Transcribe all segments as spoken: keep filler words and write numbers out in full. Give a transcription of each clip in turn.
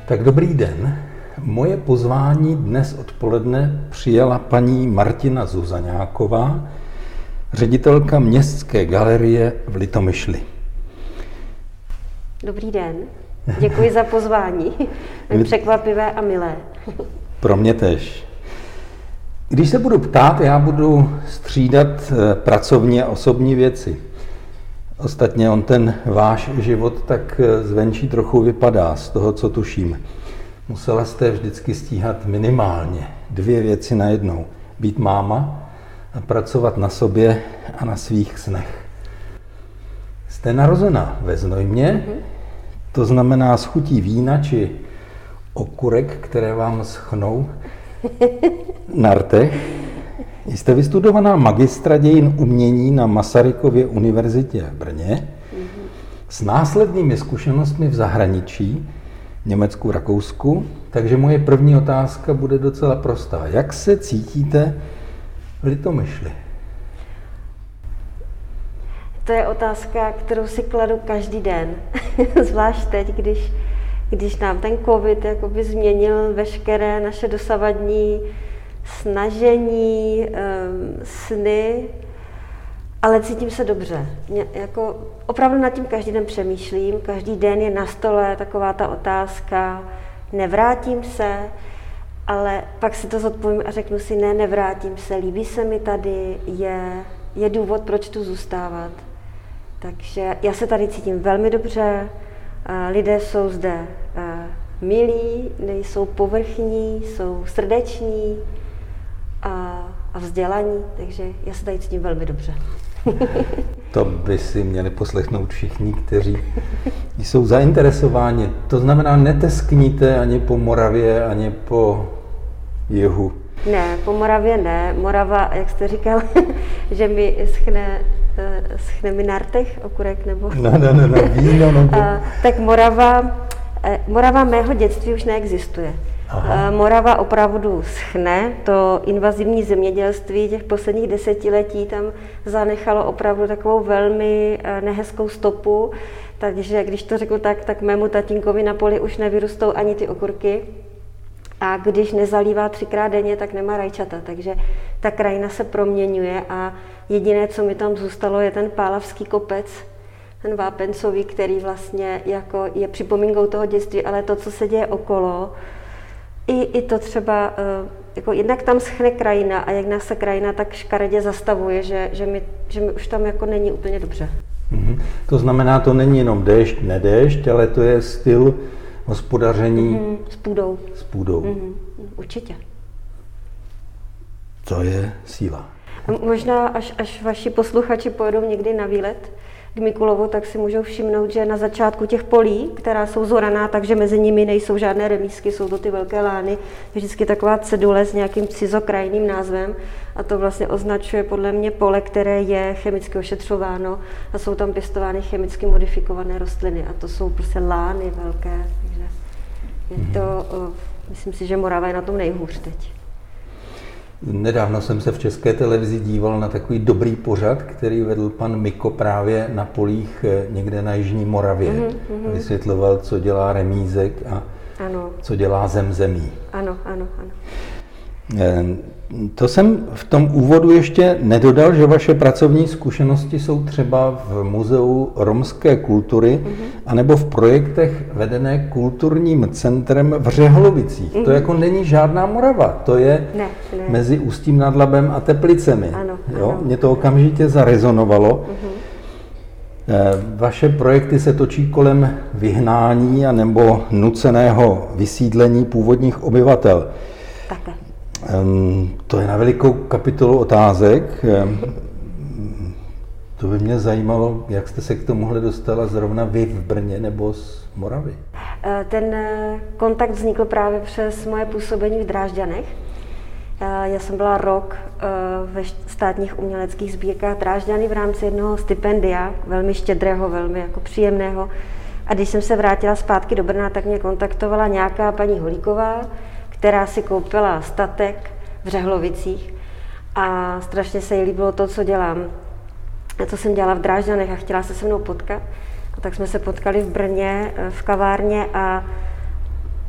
Tak dobrý den. Moje pozvání dnes odpoledne přijala paní Martina Zuzaňáková, ředitelka Městské galerie v Litomyšli. Dobrý den, děkuji za pozvání, překvapivé a milé. Pro mě též. Když se budu ptát, já budu střídat pracovní a osobní věci. Ostatně on ten váš život tak zvenčí trochu vypadá z toho, co tuším. Musela jste vždycky stíhat minimálně dvě věci najednou. Být máma a pracovat na sobě a na svých snech. Jste narozená ve Znojmě, mm-hmm. to znamená s chutí vína či okurek, které vám schnou na rtech. Jste vystudovaná magistra dějin umění na Masarykově univerzitě v Brně s následnými zkušenostmi v zahraničí, Německu, Rakousku. Takže moje první otázka bude docela prostá. Jak se cítíte v Litomyšli? To je otázka, kterou si kladu každý den. Zvlášť teď, když, když nám ten covid jakoby změnil veškeré naše dosavadní snažení, sny, ale cítím se dobře. Mě, jako, opravdu nad tím každý den přemýšlím, každý den je na stole taková ta otázka, nevrátím se, ale pak si to zodpovím a řeknu si, ne, nevrátím se, líbí se mi tady, je, je důvod, proč tu zůstávat. Takže já se tady cítím velmi dobře, lidé jsou zde milí, nejsou povrchní, jsou srdeční a, a vzdělaní, takže já se tady cítím velmi dobře. To by si měli poslechnout všichni, kteří jsou zainteresováni. To znamená, neteskníte ani po Moravě, ani po jihu. Ne, po Moravě ne. Morava, jak jste říkal, že mi schne, schne mi na rtech okurek, nebo... Ne, ne, ne, ne víno, nebo... A, tak Morava, Morava mého dětství už neexistuje. Aha. Morava opravdu schne, to invazivní zemědělství těch posledních desetiletí tam zanechalo opravdu takovou velmi nehezkou stopu, takže když to řeknu tak, tak mému tatínkovi na poli už nevyrostou ani ty okurky a když nezalívá třikrát denně, tak nemá rajčata, takže ta krajina se proměňuje a jediné, co mi tam zůstalo, je ten Pálavský kopec, ten vápencový, který vlastně jako je připomínkou toho dětství, ale to, co se děje okolo, I, I to třeba, jako jednak tam schne krajina a jak nás se krajina tak škaredě zastavuje, že, že, mi, že mi už tam jako není úplně dobře. Mm-hmm. To znamená, to není jenom déšť, nedéšť, ale to je styl hospodaření mm-hmm. s půdou. S půdou. Mm-hmm. Určitě. To je síla. Možná, až, až vaši posluchači pojedou někdy na výlet k Mikulovu, tak si můžou všimnout, že na začátku těch polí, která jsou zoraná, takže mezi nimi nejsou žádné remízky, jsou to ty velké lány, je vždycky taková cedule s nějakým cizokrajným názvem a to vlastně označuje podle mě pole, které je chemicky ošetřováno a jsou tam pěstovány chemicky modifikované rostliny a to jsou prostě lány velké, takže je to, myslím si, že Morava je na tom nejhůř teď. Nedávno jsem se v České televizi díval na takový dobrý pořad, který vedl pan Miko právě na polích někde na jižní Moravě. Mm-hmm. Vysvětloval, co dělá remízek a ano. co dělá zemzemí. Ano, ano, ano. To jsem v tom úvodu ještě nedodal, že vaše pracovní zkušenosti jsou třeba v Muzeu romské kultury mm-hmm. anebo v projektech vedené kulturním centrem v Řehlovicích. Mm-hmm. To jako není žádná Morava, to je ne, ne. mezi Ústím nad Labem a Teplicemi. Ano, jo? ano. Mě to okamžitě zarezonovalo. Mm-hmm. Vaše projekty se točí kolem vyhnání anebo nuceného vysídlení původních obyvatel. Také. To je na velikou kapitolu otázek. To by mě zajímalo, jak jste se k tomuhle dostala zrovna vy v Brně nebo z Moravy? Ten kontakt vznikl právě přes moje působení v Drážďanech. Já jsem byla rok ve státních uměleckých sbírkách Drážďany v rámci jednoho stipendia, velmi štědrého, velmi jako příjemného. A když jsem se vrátila zpátky do Brna, tak mě kontaktovala nějaká paní Holíková, která si koupila statek v Řehlovicích a strašně se jí líbilo to, co dělám, co jsem dělala v Drážďanech a chtěla se se mnou potkat. A tak jsme se potkali v Brně v kavárně a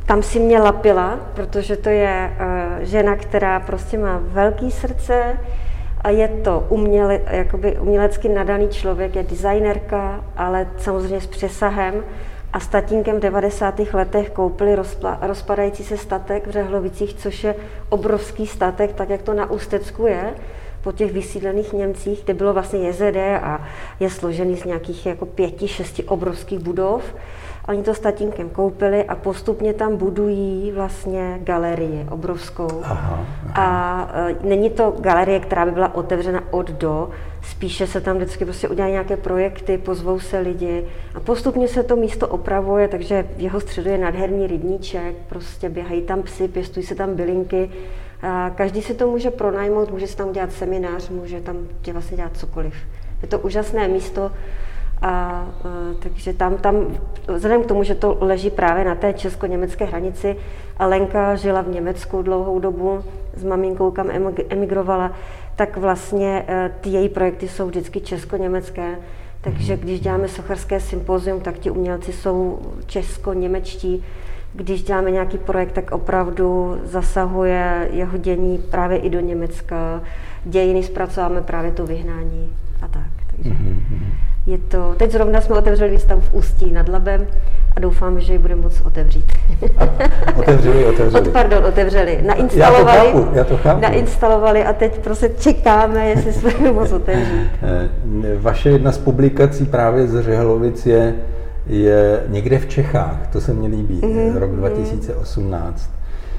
tam si mě lapila, protože to je uh, žena, která prostě má velký srdce a je to uměle, jakoby umělecky nadaný člověk, je designérka, ale samozřejmě s přesahem. A s tatínkem v devadesátých letech koupili rozpla, rozpadající se statek v Řehlovicích, což je obrovský statek, tak jak to na Ústecku je, po těch vysídlených Němcích, kde bylo vlastně J Z D a je složený z nějakých jako pěti, šesti obrovských budov. Oni to s tatínkem koupili a postupně tam budují vlastně galerii obrovskou. Aha, aha. A e, není to galerie, která by byla otevřena od do, spíše se tam vždycky prostě udělají nějaké projekty, pozvou se lidi a postupně se to místo opravuje, takže v jeho středu je nádherný rybníček, prostě běhají tam psy, pěstují se tam bylinky. A každý si to může pronajmout, může si tam udělat seminář, může tam vlastně dělat cokoliv. Je to úžasné místo. A, a takže tam, tam, vzhledem k tomu, že to leží právě na té česko-německé hranici, a Lenka žila v Německu dlouhou dobu, s maminkou kam emigrovala, tak vlastně ty její projekty jsou vždycky česko-německé. Takže když děláme sochařské sympozium, tak ti umělci jsou česko-němečtí. Když děláme nějaký projekt, tak opravdu zasahuje jeho dění právě i do Německa. Dějiny zpracováme právě to vyhnání a tak. Takže je to, teď zrovna jsme otevřeli výstavu v Ústí nad Labem a doufám, že ji budeme moct otevřít. Otevřeli, otevřeli. Od, pardon, otevřeli. Nainstalovali, já to chápu, já to chápu. Nainstalovali a teď prostě čekáme, jestli se budeme moct otevřít. Vaše jedna z publikací právě z Řehlovic je, je někde v Čechách, to se mně líbí, mm-hmm. rok dva tisíce osmnáct.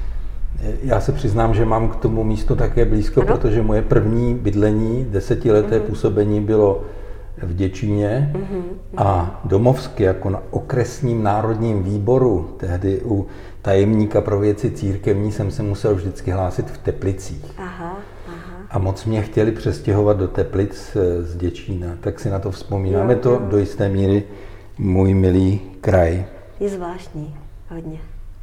Já se přiznám, že mám k tomu místu také blízko, ano? Protože moje první bydlení, desetileté mm-hmm. působení bylo v Děčíně mm-hmm. a domovsky jako na okresním národním výboru, tehdy u tajemníka pro věci církevní jsem se musel vždycky hlásit v Teplicích. Aha, aha. A moc mě chtěli přestěhovat do Teplic z Děčína, tak si na to vzpomínáme. Jo, to jo. Do jisté míry můj milý kraj. Je zvláštní, hodně.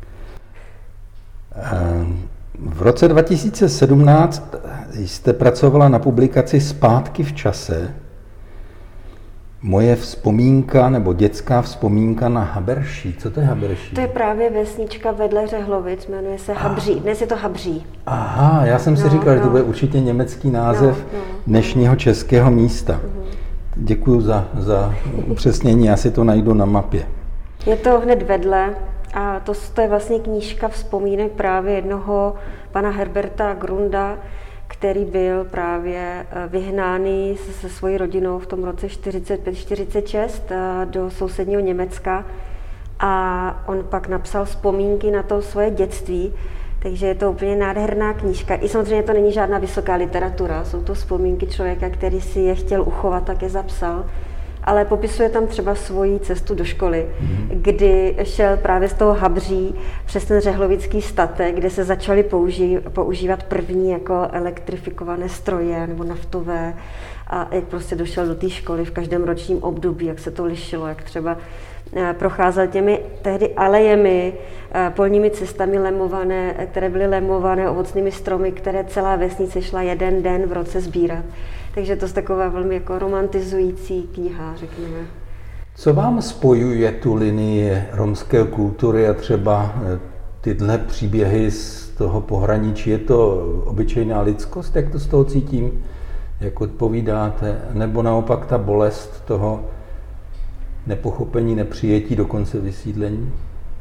V roce dva tisíce sedmnáct jste pracovala na publikaci Zpátky v čase. Moje vzpomínka nebo dětská vzpomínka na Haberší. Co to je Haberší? To je právě vesnička vedle Řehlovic, jmenuje se Habří. Dnes je to Habří. Aha, já jsem si no, říkal, no. že to bude určitě německý název no, no. dnešního českého místa. Uh-huh. Děkuji za, za upřesnění, já si to najdu na mapě. Je to hned vedle a to, to je vlastně knížka vzpomínek právě jednoho pana Herberta Grunda, který byl právě vyhnáný se svojí rodinou v tom roce čtyřicet pět čtyřicet šest do sousedního Německa a on pak napsal vzpomínky na to svoje dětství, takže je to úplně nádherná knížka. I samozřejmě to není žádná vysoká literatura, jsou to vzpomínky člověka, který si je chtěl uchovat, tak je zapsal. Ale popisuje tam třeba svoji cestu do školy, kdy šel právě z toho Habří přes ten řehlovický statek, kde se začaly použí, používat první jako elektrifikované stroje nebo naftové a jak prostě došel do té školy v každém ročním období, jak se to lišilo, jak třeba procházel těmi tehdy alejemi, polními cestami lemované, které byly lemované ovocnými stromy, které celá vesnice šla jeden den v roce sbírat. Takže to je taková velmi jako romantizující kniha, řekněme. Co vám spojuje tu linii romské kultury a třeba tyhle příběhy z toho pohraničí? Je to obyčejná lidskost, jak to z toho cítím, jak odpovídáte? Nebo naopak ta bolest toho nepochopení, nepřijetí, dokonce vysídlení?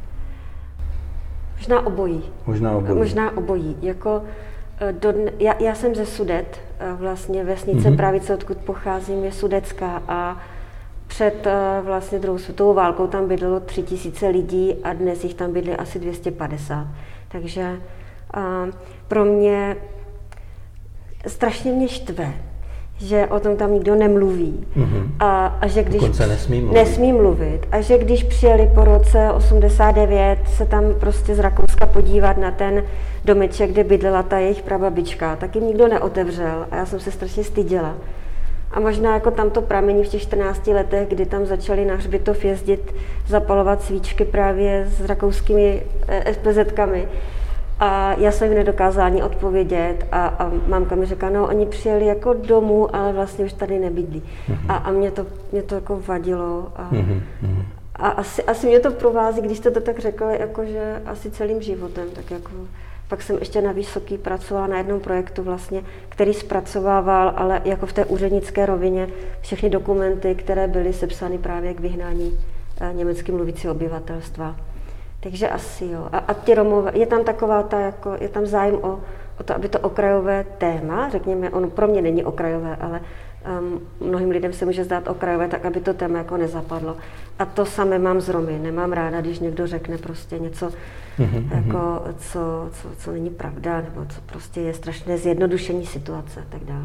Možná obojí. Možná obojí. Možná obojí. Jako do, já, já jsem ze Sudet, vlastně vesnice mm-hmm. Pravice, odkud pocházím, je sudetská a před vlastně druhou světovou válkou tam bydlelo tři tisíce lidí a dnes jich tam bydlí asi dvě stě padesát. Takže a, pro mě strašně mě štve, že o tom tam nikdo nemluví. Mm-hmm. A, a že když Dokonce nesmí mluvit. nesmí mluvit. A že když přijeli po roce osmdesát devět se tam prostě z Rakouska podívat na ten domeček, kde bydlela ta jejich prababička, tak jim nikdo neotevřel a já jsem se strašně styděla. A možná jako tam to pramení v těch čtrnácti letech, kdy tam začali na hřbitov jezdit, zapalovat svíčky právě s rakouskými es pé zetkami. A já jsem jim nedokázala ani odpovědět a, a mamka mi řekla, no oni přijeli jako domů, ale vlastně už tady nebydlí. Mm-hmm. A, a mě to, mě to jako vadilo. A, mm-hmm. A asi, asi mě to provází, když jste to tak řekli, jakože asi celým životem, tak jako pak jsem ještě na Vysoký pracovala na jednom projektu vlastně, který zpracovával, ale jako v té úřednické rovině, všechny dokumenty, které byly sepsány právě k vyhnání německy mluvící obyvatelstva. Takže asi jo. A, a ty Romové, je tam taková ta, jako, je tam zájem o, o to, aby to okrajové téma, řekněme, ono pro mě není okrajové, ale um, mnohým lidem se může zdát okrajové, tak aby to téma jako nezapadlo. A to samé mám z Romy. Nemám ráda, když někdo řekne prostě něco, mm-hmm. jako, co, co, co není pravda, nebo co prostě je strašné zjednodušení situace a tak dále.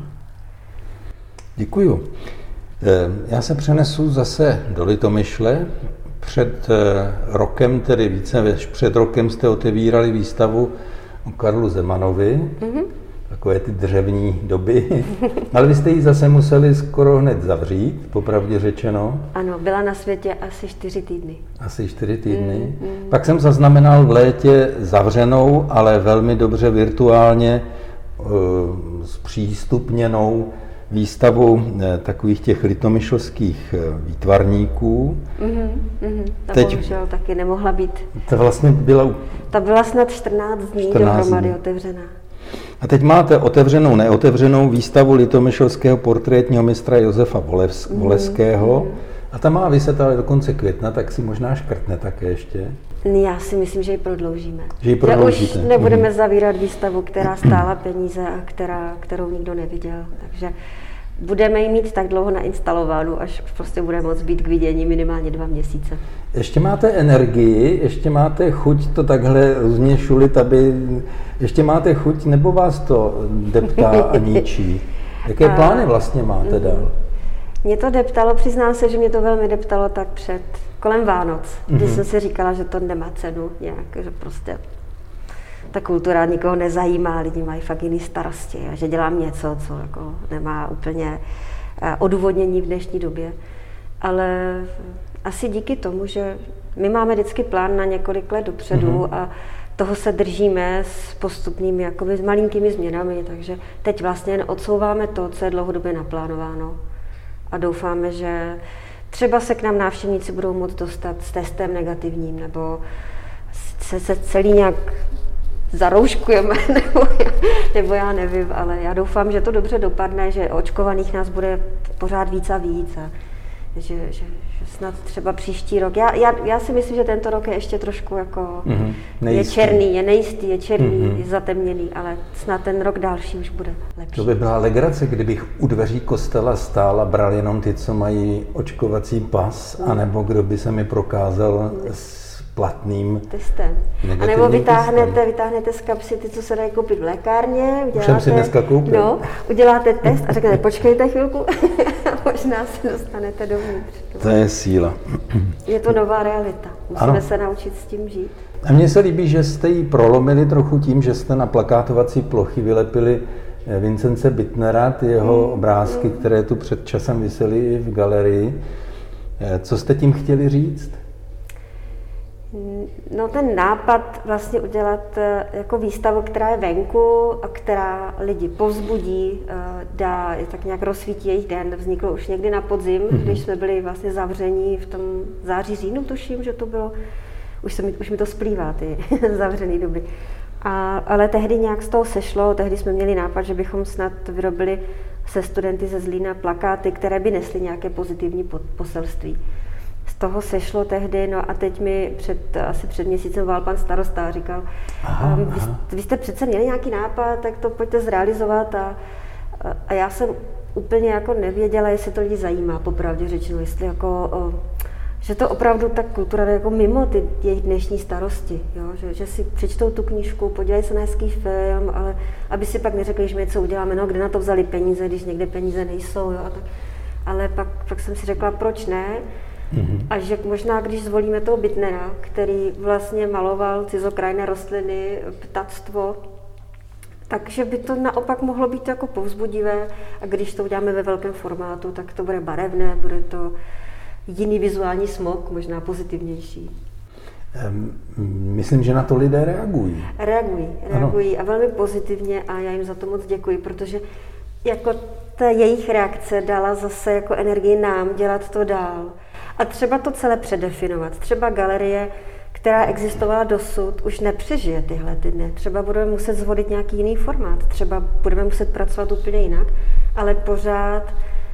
Děkuju. Já se přenesu zase do Litomyšle. Před rokem, tedy více než před rokem, jste otevírali výstavu o Karlu Zemanovi, mm-hmm. takové ty dřevní doby, ale vy jste ji zase museli skoro hned zavřít, popravdě řečeno. Ano, byla na světě asi čtyři týdny. Asi čtyři týdny. Mm-hmm. Pak jsem zaznamenal v létě zavřenou, ale velmi dobře virtuálně uh, zpřístupněnou výstavu takových těch litomyšlských výtvarníků. Mm-hmm, mm-hmm. Ta Teď, bohužel taky nemohla být. Ta vlastně byla... Ta byla snad čtrnáct dní dohromady otevřená. A teď máte otevřenou, neotevřenou výstavu litomyšlského portrétního mistra Josefa Volev, mm-hmm. Voleského. A ta má vyset ale do konce května, tak si možná škrtne také ještě. Já si myslím, že ji prodloužíme. Že ji prodloužíte. Že už nebudeme mm-hmm. zavírat výstavu, která stála peníze a která, kterou nikdo neviděl. Takže budeme ji mít tak dlouho nainstalovánu, až prostě bude moct být k vidění minimálně dva měsíce. Ještě máte energii, ještě máte chuť to takhle různě šulit, aby... Ještě máte chuť, nebo vás to deptá a ničí? Jaké a... plány vlastně máte dál? Mě to deptalo, přiznám se, že mě to velmi deptalo tak před kolem Vánoc, kdy mm-hmm. jsem si říkala, že to nemá cenu nějak, že prostě ta kultura nikoho nezajímá, lidi mají fakt jiný starosti a že dělám něco, co jako nemá úplně odůvodnění v dnešní době. Ale asi díky tomu, že my máme vždycky plán na několik let dopředu mm-hmm. a toho se držíme s postupnými, jakoby s malinkými změnami, takže teď vlastně jen odsouváme to, co je dlouhodobě naplánováno. A doufáme, že třeba se k nám návštěvníci budou moct dostat s testem negativním, nebo se, se celý nějak zarouškujeme, nebo já, nebo já nevím, ale já doufám, že to dobře dopadne, že očkovaných nás bude pořád víc a víc a že, že, že snad třeba příští rok. Já, já, já si myslím, že tento rok je ještě trošku jako mm-hmm. je černý, je nejistý, je černý, mm-hmm. je zatemněný, ale snad ten rok další už bude lepší. To by byla legrace, kdybych u dveří kostela stál a bral jenom ty, co mají očkovací pas, mm. anebo kdo by se mi prokázal mm. s platným testem. A nebo vytáhnete, vytáhnete z kapsy ty, co se dají koupit v lékárně. Uděláte, už jsem si dneska koupil. No, uděláte test a řeknete, počkejte chvilku a možná se dostanete dovnitř. To je síla. Je to nová realita. Musíme ano. se naučit s tím žít. A mně se líbí, že jste ji prolomili trochu tím, že jste na plakátovací plochy vylepili Vincence Bittnera, ty jeho mm. obrázky, mm. které tu před časem visely v galerii. Co jste tím chtěli říct? No ten nápad vlastně udělat jako výstavu, která je venku a která lidi povzbudí, dá, tak nějak rozsvítí jejich den, vzniklo už někdy na podzim, mm-hmm. když jsme byli vlastně zavření v tom září, říjnu, tuším, že to bylo, už, se mi, už mi to splývá, ty zavřené doby. A, ale tehdy nějak z toho sešlo, tehdy jsme měli nápad, že bychom snad vyrobili se studenty ze Zlína plakáty, které by nesly nějaké pozitivní poselství. Z toho sešlo tehdy, no a teď mi před, asi před měsícem volal pan starosta a říkal, aha, vy, aha. vy jste přece měli nějaký nápad, tak to pojďte zrealizovat a, a já jsem úplně jako nevěděla, jestli to lidi zajímá, popravdě řečeno, jestli jako, o, že to opravdu ta kultura je jako mimo ty jejich dnešní starosti, jo? Že, že si přečtou tu knížku, podívají se na hezký film, ale aby si pak neřekli, že my něco uděláme, no kde na to vzali peníze, když někde peníze nejsou, jo? A tak, ale pak, pak jsem si řekla, proč ne? Mm-hmm. A že možná, když zvolíme toho Bittnera, který vlastně maloval cizokrajné rostliny, ptactvo, takže by to naopak mohlo být jako povzbudivé a když to uděláme ve velkém formátu, tak to bude barevné, bude to jiný vizuální smog, možná pozitivnější. Myslím, že na to lidé reagují. Reagují, reagují ano. a velmi pozitivně a já jim za to moc děkuji, protože jako ta jejich reakce dala zase jako energii nám dělat to dál. A třeba to celé předefinovat. Třeba galerie, která existovala dosud, už nepřežije tyhle ty dny. Třeba budeme muset zvolit nějaký jiný formát, třeba budeme muset pracovat úplně jinak, ale pořád,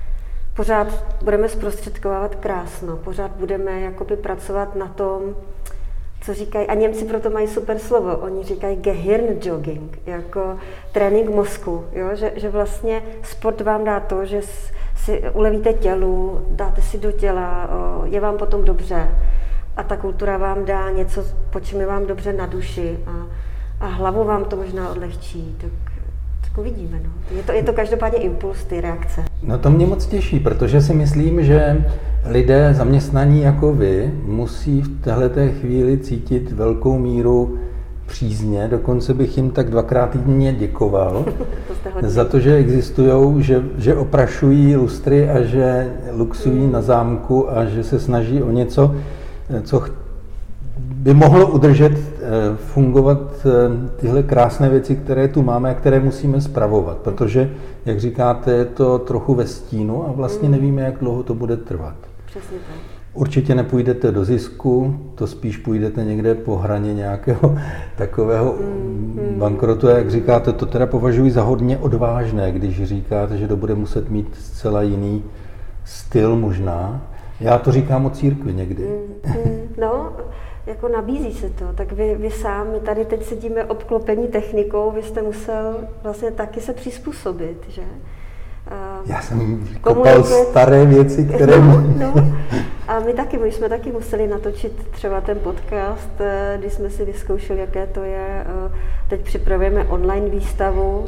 pořád budeme zprostředkovávat krásno, pořád budeme jakoby pracovat na tom, co říkají, a Němci proto mají super slovo, oni říkají Gehirnjogging, jako trénink mozku, jo? Že, že vlastně sport vám dá to, že si ulevíte tělu, dáte si do těla, je vám potom dobře. A ta kultura vám dá něco, po čem je vám dobře na duši a, a hlavu vám to možná odlehčí, tak, tak uvidíme. No. Je, to, je to každopádně impuls, ty reakce. No to mě moc těší, protože si myslím, že lidé zaměstnaní jako vy musí v téhleté chvíli cítit velkou míru přízně, dokonce bych jim tak dvakrát týdně děkoval to za to, že existují, že, že oprašují lustry a že luxují hmm. na zámku a že se snaží o něco, co by mohlo udržet, fungovat tyhle krásné věci, které tu máme a které musíme spravovat. Protože, jak říkáte, je to trochu ve stínu a vlastně nevíme, jak dlouho to bude trvat. Přesně tak. Určitě nepůjdete do zisku, to spíš půjdete někde po hraně nějakého takového mm, bankrotu. A jak říkáte, to teda považuji za hodně odvážné, když říkáte, že to bude muset mít zcela jiný styl možná. Já to říkám o církvi někdy. Mm, mm, no, jako nabízí se to. Tak vy, vy sám, my tady teď sedíme obklopení technikou, vy jste musel vlastně taky se přizpůsobit, že? Uh, Já jsem kopal staré věci, které... No, no. A my taky, my jsme taky museli natočit třeba ten podcast, když jsme si vyzkoušeli, jaké to je. Teď připravujeme online výstavu.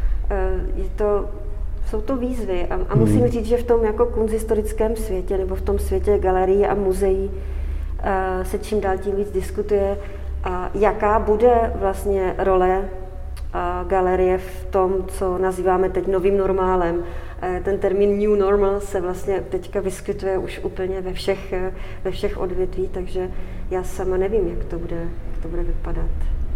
Je to... Jsou to výzvy a, a musím hmm. říct, že v tom jako kunsthistorickém světě nebo v tom světě galerií a muzeí uh, se čím dál tím víc diskutuje, uh, jaká bude vlastně role uh, galerie v tom, co nazýváme teď novým normálem. Uh, ten termín new normal se vlastně teďka vyskytuje už úplně ve všech, uh, ve všech odvětví, takže já sama nevím, jak to bude, jak to bude vypadat.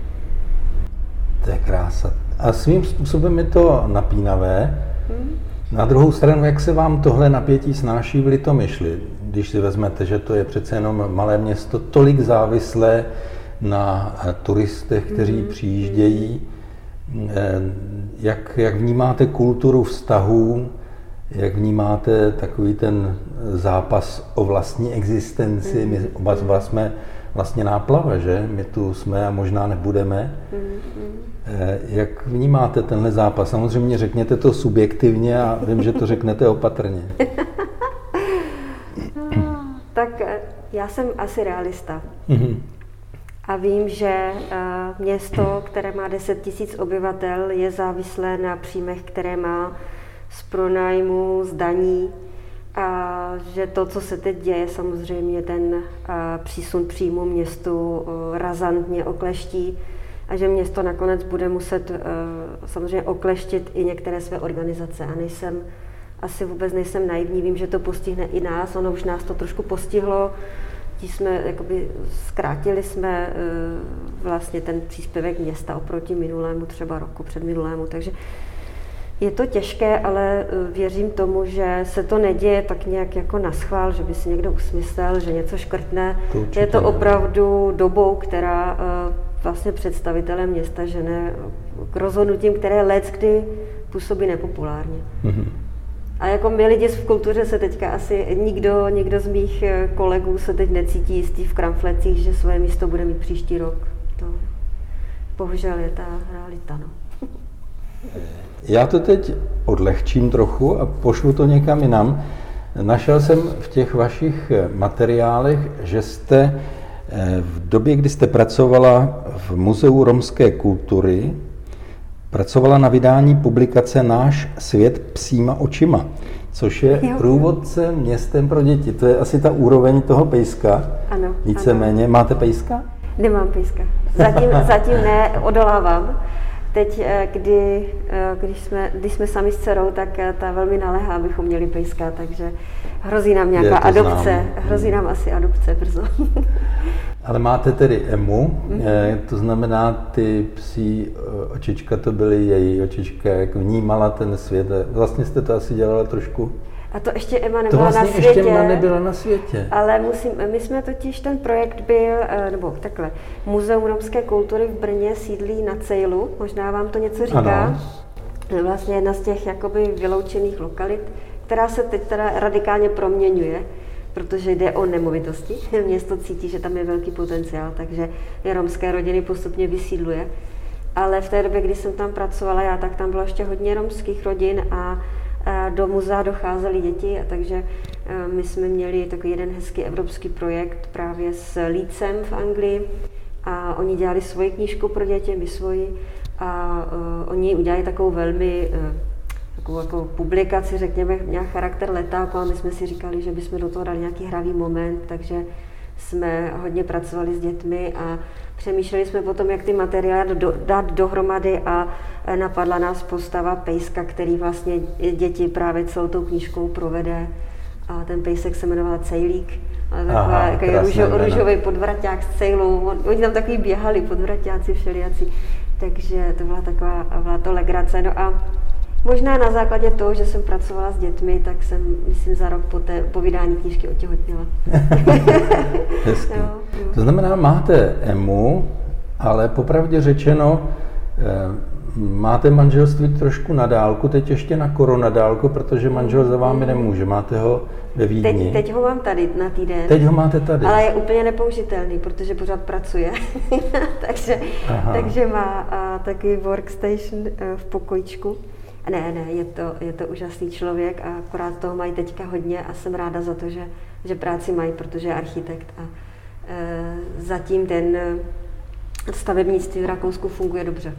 To je krása. A svým způsobem je to napínavé. Hmm. Na druhou stranu, jak se vám tohle napětí snáší v Litomyšli, když si vezmete, že to je přece jenom malé město, tolik závislé na turistech, kteří hmm. přijíždějí, jak, jak vnímáte kulturu vztahů, jak vnímáte takový ten zápas o vlastní existenci, my oba dva jsme vlastně náplava, že? My tu jsme a možná nebudeme. Jak vnímáte tenhle zápas? Samozřejmě řekněte to subjektivně a vím, že to řeknete opatrně. Tak já jsem asi realista. A vím, že město, které má deset tisíc obyvatel, je závislé na příjmech, které má z pronájmu, z daní. A že to, co se teď děje, samozřejmě ten přísun příjmu městu razantně okleští a že město nakonec bude muset samozřejmě okleštit i některé své organizace. A nejsem, asi vůbec nejsem naivní, vím, že to postihne i nás, ono už nás to trošku postihlo. Tí jsme, jakoby, zkrátili jsme vlastně ten příspěvek města oproti minulému, třeba roku před minulému, takže je to těžké, ale věřím tomu, že se to neděje tak nějak jako naschvál, že by si někdo usmyslel, že něco škrtne. To je to opravdu dobou, která vlastně představitelé města žene k rozhodnutím, které leckdy působí nepopulárně. Mm-hmm. A jako my lidi v kultuře se teďka asi nikdo, nikdo z mých kolegů se teď necítí jistý v kramflecích, že svoje místo bude mít příští rok. To bohužel je ta realita. No. Já to teď odlehčím trochu a pošlu to někam jinam. Našel jsem v těch vašich materiálech, že jste v době, kdy jste pracovala v Muzeu romské kultury, pracovala na vydání publikace Náš svět psíma očima, což je průvodce městem pro děti. To je asi ta úroveň toho pejska. Ano. Víceméně. Ano. Máte pejska? Nemám pejska. Zatím, zatím ne, odolávám. Teď, kdy, když, jsme, když jsme sami s dcerou, tak ta velmi naléhá, abychom měli pejska, takže hrozí nám nějaká adopce. Znám. Hrozí nám asi adopce brzo. Ale máte tedy Emu, mm-hmm. to znamená, ty psí očička, to byly její očička, jak vnímala ten svět. Vlastně jste to asi dělala trošku A to ještě Emma nebyla to vlastně na světě. ještě Emma nebyla na světě. Ale musím, my jsme totiž, ten projekt byl, nebo takhle, Muzeum romské kultury v Brně sídlí na Cejlu, možná vám to něco říká. Ano. Vlastně jedna z těch jakoby vyloučených lokalit, která se teď teda radikálně proměňuje, protože jde o nemovitosti. Město cítí, že tam je velký potenciál, takže je romské rodiny postupně vysídluje. Ale v té době, kdy jsem tam pracovala já, tak tam bylo ještě hodně romských rodin a, a do muzea docházely děti, a takže a my jsme měli takový jeden hezký evropský projekt právě s Leedsem v Anglii a oni dělali svoji knížku pro děti, my svoji, a uh, oni udělali takovou velmi uh, takovou jako publikaci, řekněme, nějak charakter letáku, a my jsme si říkali, že bychom do toho dali nějaký hravý moment, takže jsme hodně pracovali s dětmi a přemýšleli jsme potom, jak ty materiály do, dát dohromady, a napadla nás postava Pejska, který vlastně děti právě celou tou knížkou provede, a ten pejsek se jmenoval Cejlík, ale takový růžo, růžový podvraťák s cejlou, oni tam takový běhali, podvraťáci všelijací, takže to byla taková, byla to legrace. No a možná na základě toho, že jsem pracovala s dětmi, tak jsem, myslím, za rok po, té, po vydání knížky otěhotněla. Hezky. Jo, jo. To znamená, máte Emu, ale popravdě řečeno, eh, máte manželství trošku na dálku, teď ještě na koronadálku, protože manžel za vámi nemůže, máte ho ve Vídni. Teď, teď ho mám tady na týden. Teď ho máte tady. Ale je úplně nepoužitelný, protože pořád pracuje. takže, takže má a, taky workstation a, v pokojičku. Ne, ne, je to, je to úžasný člověk a akorát toho mají teďka hodně a jsem ráda za to, že, že práci mají, protože je architekt a e, zatím ten stavebnictví v Rakousku funguje dobře.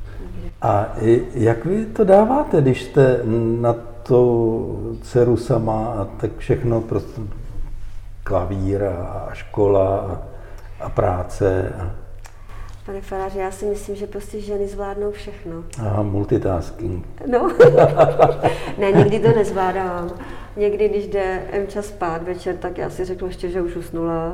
A jak vy to dáváte, když jste na to dceru sama a tak všechno, prostě klavír a škola a, a práce? A... Pane faráři, já si myslím, že prostě ženy zvládnou všechno. Aha, multitasking. No, ne, někdy to nezvládám. Někdy, když jde Emča spát večer, tak já si řeknu ještě, že už usnula.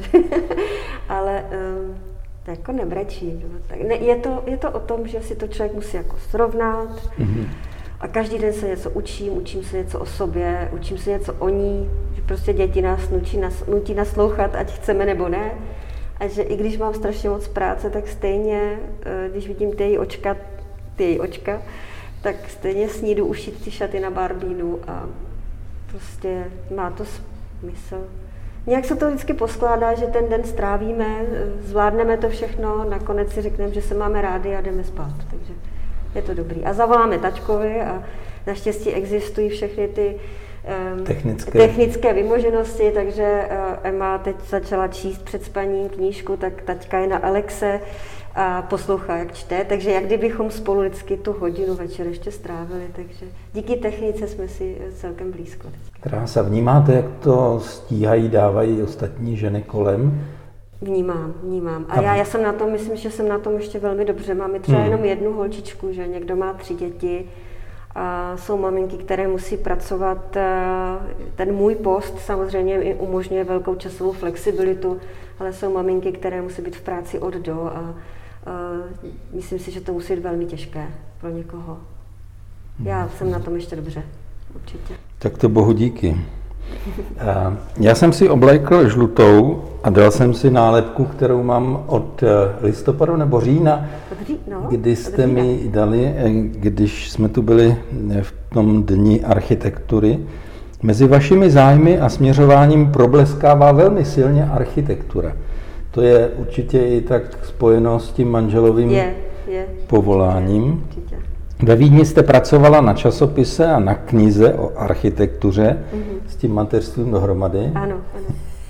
Ale um, to jako nebrečím. Tak ne, je, to, je to o tom, že si to člověk musí jako srovnat. Mm-hmm. A každý den se něco učím, učím se něco o sobě, učím se něco o ní. Že prostě děti nás nutí, nas, nutí naslouchat, ať chceme nebo ne. A že i když mám strašně moc práce, tak stejně, když vidím ty její očka, ty její očka, tak stejně s ní jdu ušít ty šaty na Barbínu a prostě má to smysl. Nějak se to vždycky poskládá, že ten den strávíme, zvládneme to všechno, nakonec si řekneme, že se máme rádi a jdeme spát, takže je to dobrý. A zavoláme tačkovi a naštěstí existují všechny ty um, technické. technické vymoženosti, takže uh, Emma teď začala číst před spaním knížku, tak taťka je na Alexe a poslouchá, jak čte, takže jak kdybychom spolu vždycky tu hodinu večer ještě strávili, takže díky technice jsme si celkem blízko. Krása, vnímáte, jak to stíhají, dávají ostatní ženy kolem? Vnímám, vnímám. A já, já jsem na tom, myslím, že jsem na tom ještě velmi dobře. Máme třeba hmm. jenom jednu holčičku, že někdo má tři děti a jsou maminky, které musí pracovat. Ten můj post samozřejmě i umožňuje velkou časovou flexibilitu, ale jsou maminky, které musí být v práci od do a Uh, myslím si, že to musí být velmi těžké pro někoho. Já jsem na tom ještě dobře, určitě. Tak to bohu díky. Uh, já jsem si oblékl žlutou a dal jsem si nálepku, kterou mám od listopadu nebo října, od ří, no, kdy jste mi dali, když jsme tu byli v tom dni architektury. Mezi vašimi zájmy a směřováním probleskává velmi silně architektura. To je určitě i tak spojeno s tím manželovým je, je, povoláním. Určitě, určitě. Ve Vídni jste pracovala na časopise a na knize o architektuře mm-hmm. s tím mateřstvím dohromady. Ano, ano.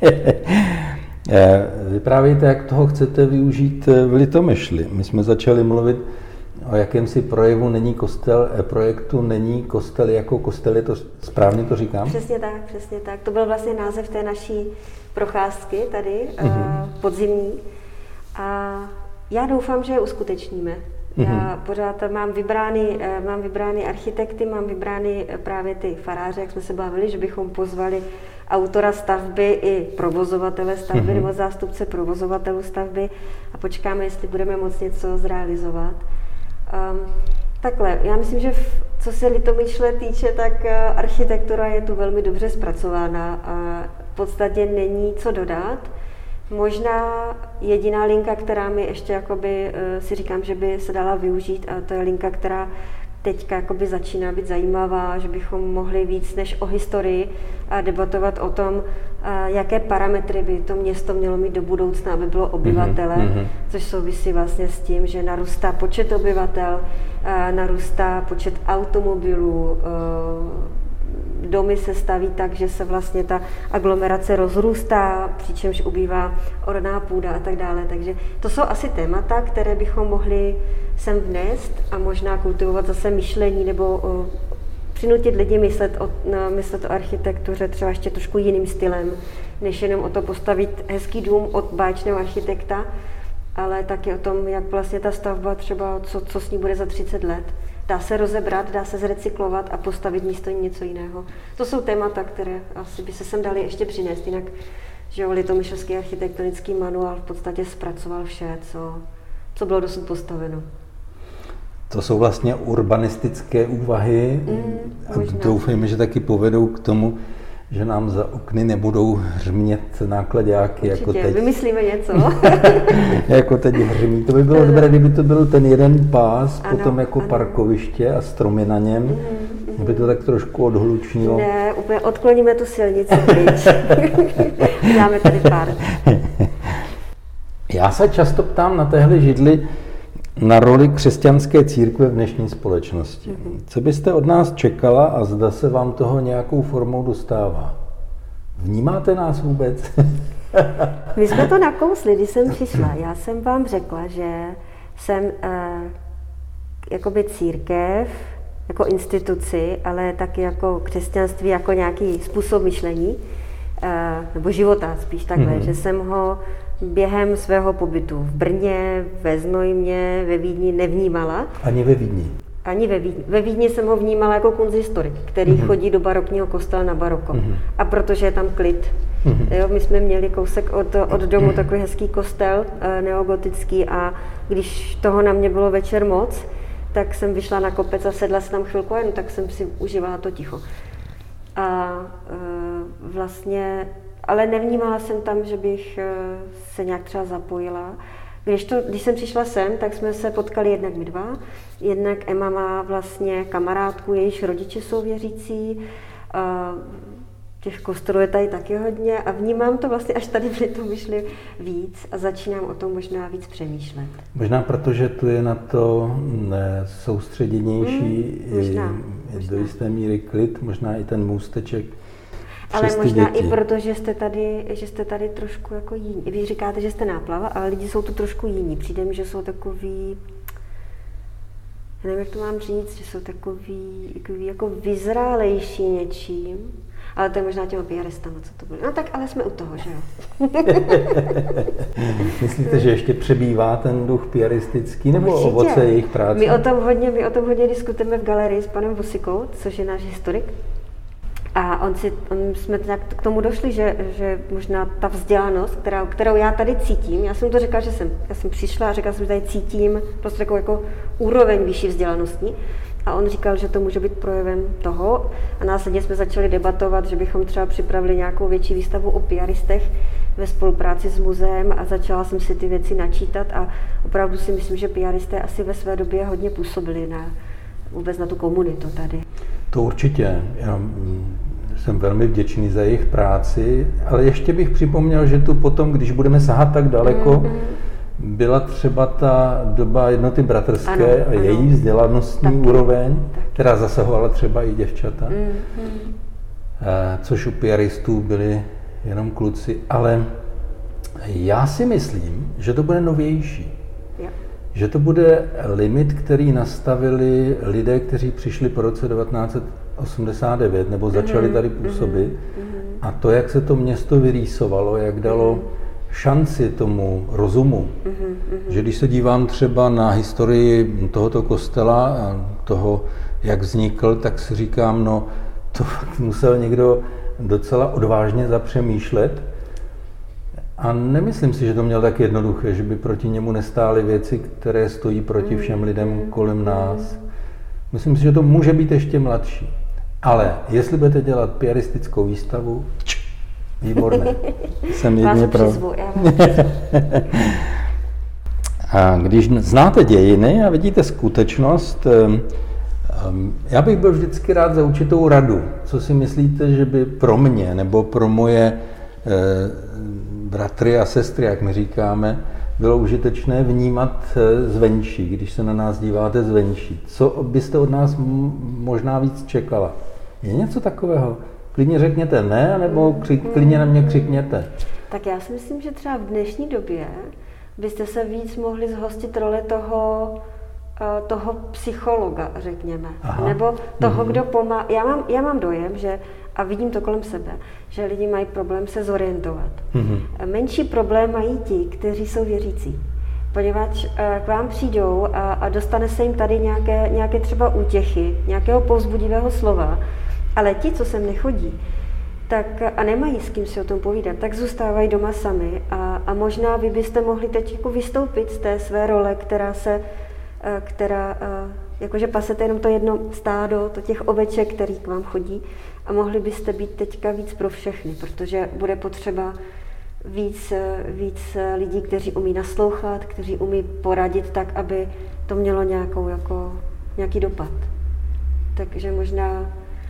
Vyprávějte, jak toho chcete využít v Litomyšli. My jsme začali mluvit o jakémsi projevu není kostel, projektu Není kostel jako kostel, je to správně to říkám? Přesně tak, přesně tak. To byl vlastně název té naší procházky tady, mm-hmm. podzimní. A já doufám, že je uskutečníme. Mm-hmm. Já pořád mám vybrány, mám vybrány architekty, mám vybrány právě ty faráře, jak jsme se bavili, že bychom pozvali autora stavby i provozovatele stavby mm-hmm. nebo zástupce provozovatelů stavby a počkáme, jestli budeme moct něco zrealizovat. Um, takhle, já myslím, že v co se Litomyšle týče, tak architektura je tu velmi dobře zpracována a v podstatě není co dodat. Možná jediná linka, která mi ještě jakoby, si říkám, že by se dala využít, a to je linka, která teďka jakoby začíná být zajímavá, že bychom mohli víc než o historii a debatovat o tom, jaké parametry by to město mělo mít do budoucna, aby bylo obyvatele, mm-hmm. což souvisí vlastně s tím, že narůstá počet obyvatel, narůstá počet automobilů, domy se staví tak, že se vlastně ta aglomerace rozrůstá, přičemž ubývá orná půda a tak dále. Takže to jsou asi témata, které bychom mohli sem vnést a možná kultivovat zase myšlení nebo o, přinutit lidi myslet o, na, myslet o architektuře třeba ještě trošku jiným stylem, než jenom o to postavit hezký dům od báječného architekta, ale taky o tom, jak vlastně ta stavba třeba, co, co s ní bude za třicet let. Dá se rozebrat, dá se zrecyklovat a postavit místo něco jiného. To jsou témata, které asi by se sem dali ještě přinést, jinak, že jo, Litomyšlský architektonický manuál v podstatě zpracoval vše, co, co bylo dosud postaveno. To jsou vlastně urbanistické úvahy mm, a doufejme, že taky povedou k tomu, že nám za okny nebudou hřmět nákladáky jako teď. Vymyslíme něco. Jako teď hřmí. To by bylo dobré, kdyby to byl ten jeden pás, ano, potom jako ano. parkoviště a stromy na něm. Mm, mm. By to tak trošku odhlučnilo. Ne, úplně odkloníme tu silnici pryč. Dáme tady pár. Já se často ptám na téhle židli na roli křesťanské církve v dnešní společnosti. Mm-hmm. Co byste od nás čekala a zda se vám toho nějakou formou dostává? Vnímáte nás vůbec? My jsme to nakousli, když jsem přišla. Já jsem vám řekla, že jsem uh, jakoby církev, jako instituci, ale taky jako křesťanství, jako nějaký způsob myšlení, uh, nebo života spíš takhle, mm-hmm. že jsem ho během svého pobytu v Brně, ve Znojmě, ve Vídni nevnímala. Ani ve Vídni? Ani ve Vídni. Ve Vídni jsem ho vnímala jako kunsthistorik, který mm-hmm. chodí do barokního kostela na baroko. Mm-hmm. A protože je tam klid. Mm-hmm. Jo, my jsme měli kousek od, od domu mm-hmm. takový hezký kostel, neogotický, a když toho na mě bylo večer moc, tak jsem vyšla na kopec a sedla se tam chvilku a jen tak jsem si užívala to ticho. A e, vlastně ale nevnímala jsem tam, že bych se nějak třeba zapojila. Když, to, když jsem přišla sem, tak jsme se potkali jednak my dva. Jednak Emma má vlastně kamarádku, jejíž rodiče jsou věřící. Těch kostelů je tady taky hodně a vnímám to vlastně až tady v Litomyšli víc a začínám o tom možná víc přemýšlet. Možná protože tu je na to soustředěnější, mm, možná, je možná. Do jisté míry klid, možná i ten můsteček. Ale možná děti. I proto, že jste tady, že jste tady trošku jako jiní. Vy říkáte, že jste náplava, ale lidi jsou tu trošku jiní. Přijde mi, že jsou takový, já nevím, jak to mám říct, že jsou takový, takový jako vyzrálejší něčím. Ale to je možná těma piaristama, co to bylo. No tak ale jsme u toho, že jo? Myslíte, že ještě přebývá ten duch piaristický nebo určitě. Ovoce jejich práce? My o tom hodně, my o tom hodně diskutujeme v galerii s panem Vusikou, což je náš historik. A on si, on jsme nějak k tomu došli, že, že možná ta vzdělanost, která, kterou já tady cítím, já jsem to řekla, že jsem, já jsem přišla a řekla jsem, že tady cítím prostě jako, jako úroveň vyšší vzdělanostní. A on říkal, že to může být projevem toho. A následně jsme začali debatovat, že bychom třeba připravili nějakou větší výstavu o piaristech ve spolupráci s muzeem a začala jsem si ty věci načítat a opravdu si myslím, že piaristé asi ve své době hodně působili na, vůbec na tu komunitu tady. To určitě. Já jsem velmi vděčný za jejich práci, ale ještě bych připomněl, že tu potom, když budeme sahat tak daleko, mm-hmm. byla třeba ta doba jednoty bratrské ano, a její ano. vzdělanostní taky, úroveň, taky. která zasahovala třeba i děvčata, mm-hmm. což u piaristů byli jenom kluci, ale já si myslím, že to bude novější. Jo. Že to bude limit, který nastavili lidé, kteří přišli po roce devatenáct osmdesát devět nebo začali tady působit. Mm-hmm. A to, jak se to město vyrýsovalo, jak dalo šanci tomu rozumu. Mm-hmm. Že když se dívám třeba na historii tohoto kostela a toho, jak vznikl, tak si říkám, no to musel někdo docela odvážně zapřemýšlet. A nemyslím si, že to měl tak jednoduché, že by proti němu nestály věci, které stojí proti všem lidem kolem nás. Myslím si, že to může být ještě mladší. Ale jestli budete dělat piaristickou výstavu, výborné. Jsem jedině pro. A když znáte dějiny a vidíte skutečnost, já bych byl vždycky rád za určitou radu. Co si myslíte, že by pro mě nebo pro moje bratry a sestry, jak my říkáme, bylo užitečné vnímat zvenčí, když se na nás díváte zvenčí? Co byste od nás možná víc čekala? Je něco takového? Klidně řekněte ne, nebo klidně na mě křikněte. Tak já si myslím, že třeba v dnešní době byste se víc mohli zhostit role toho, toho psychologa, řekněme. Aha. Nebo toho, mm-hmm. kdo pomáhá. Já mám, já mám dojem, že, a vidím to kolem sebe, že lidi mají problém se zorientovat. Mm-hmm. Menší problém mají ti, kteří jsou věřící. Poněvadž k vám přijdou a, a dostane se jim tady nějaké, nějaké třeba útěchy, nějakého povzbudivého slova, ale ti, co sem nechodí, tak a nemají s kým si o tom povídat, tak zůstávají doma sami a, a možná vy byste mohli teď jako vystoupit z té své role, která se, která, jakože pasete jenom to jedno stádo, to těch oveček, který k vám chodí a mohli byste být teďka víc pro všechny, protože bude potřeba víc, víc lidí, kteří umí naslouchat, kteří umí poradit tak, aby to mělo nějakou, jako, nějaký dopad. Takže možná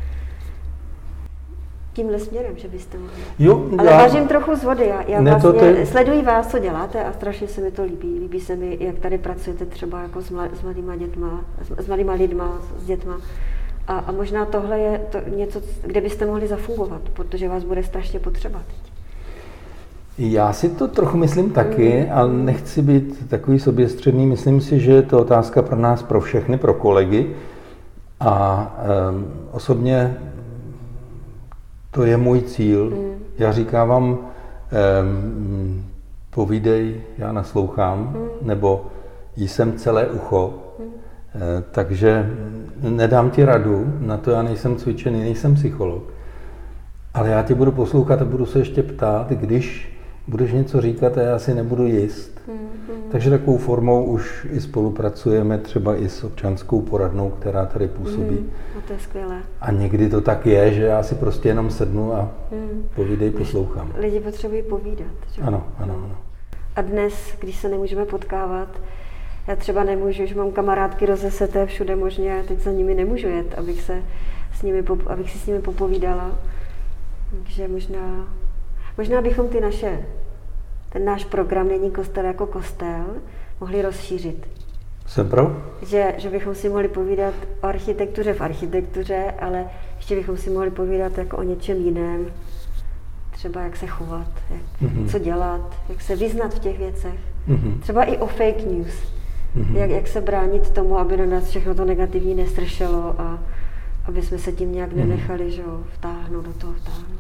tímhle směrem, že byste mohli. Jo, ale já... vařím trochu z vody. Já, já ne, vlastně te... sleduji vás, co děláte a strašně se mi to líbí. Líbí se mi, jak tady pracujete třeba jako s, mlad, s mladýma dětma, s, s mladýma lidma, s dětma. A, a možná tohle je to něco, kde byste mohli zafungovat, protože vás bude strašně potřeba teď. Já si to trochu myslím taky, mm. ale nechci být takový soběstředný. Myslím si, že je to otázka pro nás, pro všechny, pro kolegy. A um, osobně to je můj cíl. Mm. Já říkám vám, um, povídej, já naslouchám, mm. nebo jsem celé ucho. Mm. E, takže nedám ti radu, na to já nejsem cvičený, nejsem psycholog. Ale já tě budu poslouchat a budu se ještě ptát, když budeš něco říkat a já si nebudu jist. Mm-hmm. Takže takovou formou už i spolupracujeme třeba i s občanskou poradnou, která tady působí. Mm, no to je skvělé. A někdy to tak je, že já si prostě jenom sednu a mm. povídej, poslouchám. Lidi potřebují povídat. Že? Ano, ano, ano. A dnes, když se nemůžeme potkávat, já třeba nemůžu, že mám kamarádky rozeseté všude možně, teď za nimi nemůžu jet, abych, se s nimi, abych si s nimi popovídala. Takže možná, možná bychom ty naše, ten náš program Není kostel jako kostel mohli rozšířit. Jsem pro? Že, že bychom si mohli povídat o architektuře v architektuře, ale ještě bychom si mohli povídat jako o něčem jiném. Třeba jak se chovat, jak, mm-hmm. co dělat, jak se vyznat v těch věcech. Mm-hmm. Třeba i o fake news. Mm-hmm. Jak, jak se bránit tomu, aby na nás všechno to negativní nestršelo a aby jsme se tím nějak nenechali, že jo, vtáhnout do toho vtáhnout.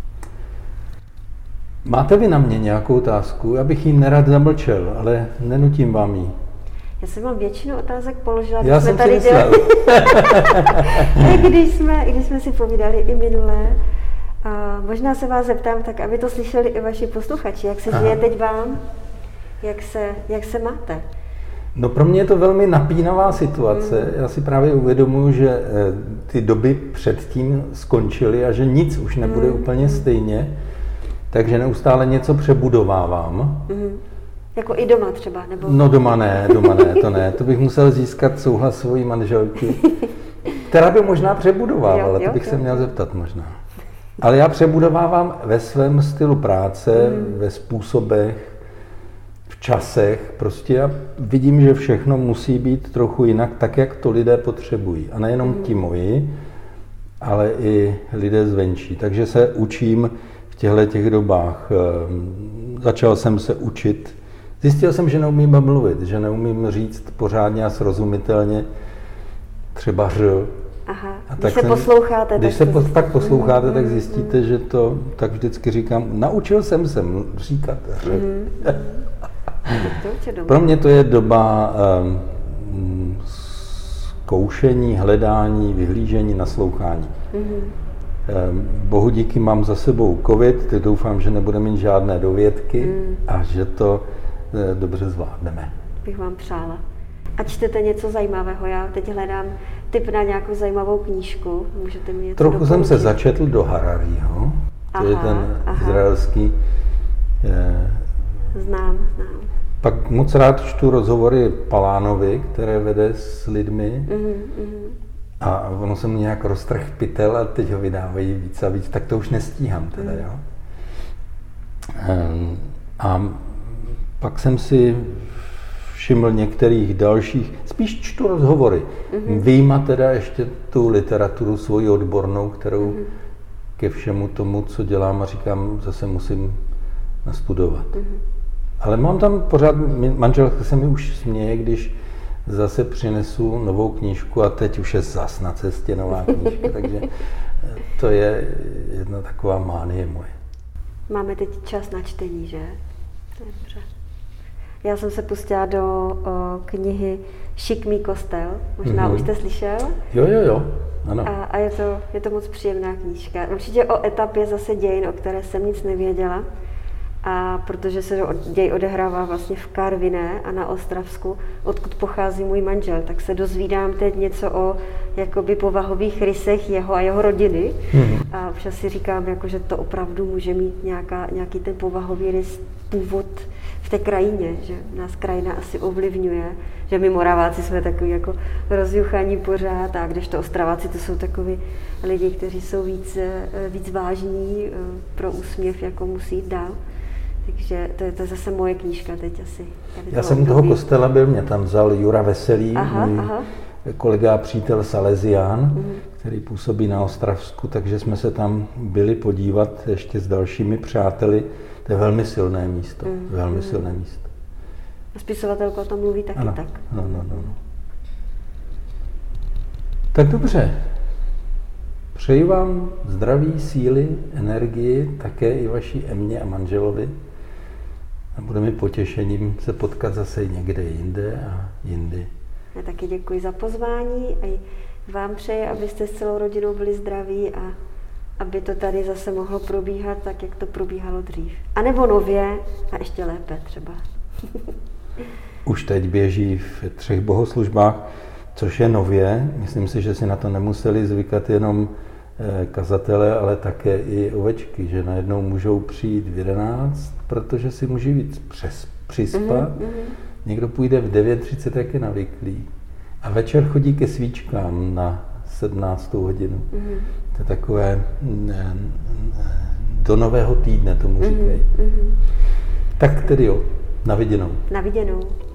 Máte vy na mě nějakou otázku? Já bych ji nerad zamlčel, ale nenutím vám ji. Já jsem vám většinu otázek položila, když jsme tady dělali. když, jsme, když jsme si povídali i minule. A možná se vás zeptám tak, aby to slyšeli i vaši posluchači, jak se žije teď vám, jak se, jak se máte. No pro mě je to velmi napínavá situace. Mm. Já si právě uvědomuji, že ty doby předtím skončily a že nic už nebude mm. úplně stejně, takže neustále něco přebudovávám. Mm. Jako i doma třeba? Nebo... No doma ne, doma ne, to ne. To bych musel získat souhlas svojí manželky, která by možná přebudovávala, jo, jo, to bych jo. se měl zeptat možná. Ale já přebudovávám ve svém stylu práce, mm. ve způsobech, v časech. Prostě já vidím, že všechno musí být trochu jinak, tak, jak to lidé potřebují. A nejenom mm. ti moji, ale i lidé zvenčí. Takže se učím v těchto těch dobách. Začal jsem se učit. Zjistil jsem, že neumím mluvit, že neumím říct pořádně a srozumitelně třeba ř. Aha, a když se jsem, posloucháte, když tak se po, tak posloucháte, mm, tak zjistíte, mm. že to, tak vždycky říkám, naučil jsem se říkat ř. Mm. Pro mě to je doba um, zkoušení, hledání, vyhlížení, naslouchání. Mm. Um, bohu díky, mám za sebou covid, teď doufám, že nebude mít žádné dovědky mm. a že to uh, dobře zvládneme. Bych vám přála. A čtete něco zajímavého? Já teď hledám tip na nějakou zajímavou knížku. Můžete mi něco Trochu doporučit? jsem se začetl do Harariho. To aha, je ten aha. izraelský. Je... Znám, znám. Pak moc rád čtu rozhovory Palánovi, které vede s lidmi. Mm-hmm. A ono se mu nějak roztrh pytel a teď ho vydávají víc a víc, tak to už nestíhám teda, jo. A pak jsem si všiml některých dalších, spíš čtu rozhovory. Mm-hmm. Vyjma teda ještě tu literaturu svoji odbornou, kterou mm-hmm. ke všemu tomu, co dělám a říkám, zase musím nastudovat. Mm-hmm. Ale mám tam pořád, manželka se mi už směje, když zase přinesu novou knížku a teď už je zas na cestě nová knížka, takže to je jedna taková mánie moje. Máme teď čas na čtení, že? To je dobře. Já jsem se pustila do o, knihy Šikmý kostel, možná mm-hmm. už jste slyšel? Jo, jo, jo, ano. A, a je, to, je to moc příjemná knížka. Určitě o etapě zase dějin, o které jsem nic nevěděla. A protože se děj odehrává vlastně v Karviné a na Ostravsku, odkud pochází můj manžel, tak se dozvídám teď něco o jakoby povahových rysech jeho a jeho rodiny. Mm-hmm. A vše si říkám, jako, že to opravdu může mít nějaká, nějaký ten povahový rys, původ v té krajině, že nás krajina asi ovlivňuje, že my Moraváci jsme takový jako rozjuchaní pořád, a kdežto Ostraváci to jsou takový lidi, kteří jsou víc, víc vážní, pro úsměv jako musí jít dál. Takže to je, to je zase moje knížka teď asi. Já jsem u toho kostela byl, mě tam vzal Jura Veselý, aha, můj aha. kolega a přítel Salesián, mm. který působí na Ostravsku, takže jsme se tam byli podívat ještě s dalšími přáteli. To je velmi silné místo, mm. velmi mm. silné místo. A spisovatelka o tom mluví taky ano. tak. No, no, no. Tak dobře. Přeji vám zdraví, síly, energii, také i vaší Emě a manželovi. A bude mi potěšením se potkat zase někde jinde a jindy. Já taky děkuji za pozvání a vám přeji, abyste s celou rodinou byli zdraví a aby to tady zase mohlo probíhat tak, jak to probíhalo dřív. A nebo nově a ještě lépe třeba. Už teď běží v třech bohoslužbách, což je nově. Myslím si, že si na to nemuseli zvykat jenom kazatele, ale také i ovečky, že najednou můžou přijít v jedenáct, protože si může víc přes, přispat. Mm-hmm. Někdo půjde v devět třicet, jak je navyklý. A večer chodí ke svíčkám na sedmnáctou hodinu. Mm-hmm. To je takové ne, ne, do nového týdne tomu říkají. Mm-hmm. Tak tedy jo, na viděnou. Na viděnou.